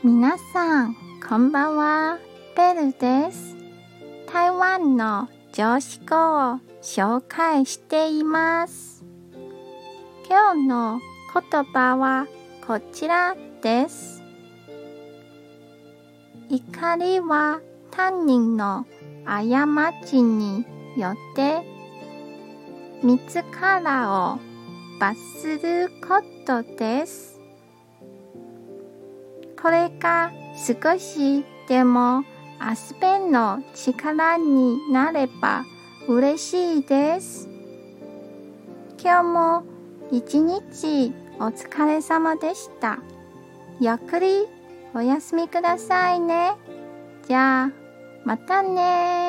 皆さん、こんばんは。ベルです。台湾の常識語を紹介しています。今日の言葉はこちらです。怒りは他人の過ちによって自らを罰することです。これが少しでもアスペンの力になれば嬉しいです。今日も一日お疲れ様でした。ゆっくりお休みくださいね。じゃあ、またね。